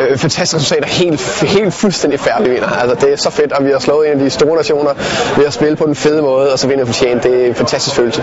fantastisk resultat og helt fuldstændig fair, vi vinder. Altså, det er så fedt, og vi har slået en af de store nationer ved at spille på den fede måde, og så vinder fortjent. Det er en fantastisk følelse.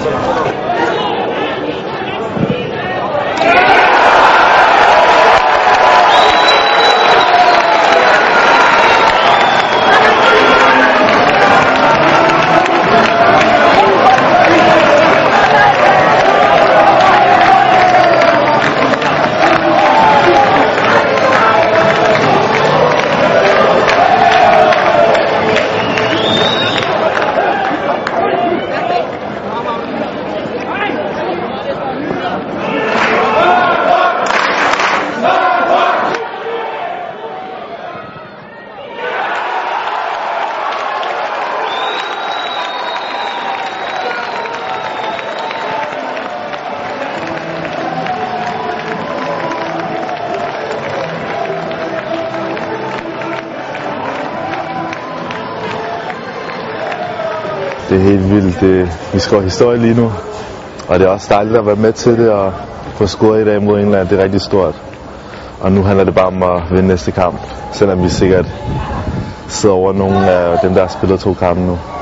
Det er helt vildt. Vi skriver historie lige nu, og det er også dejligt at være med til det og få scoret i dag mod England. Det er rigtig stort. Og nu handler det bare om at vinde næste kamp, selvom vi sikkert sidder over nogle af dem, der har spillet 2 kampe nu.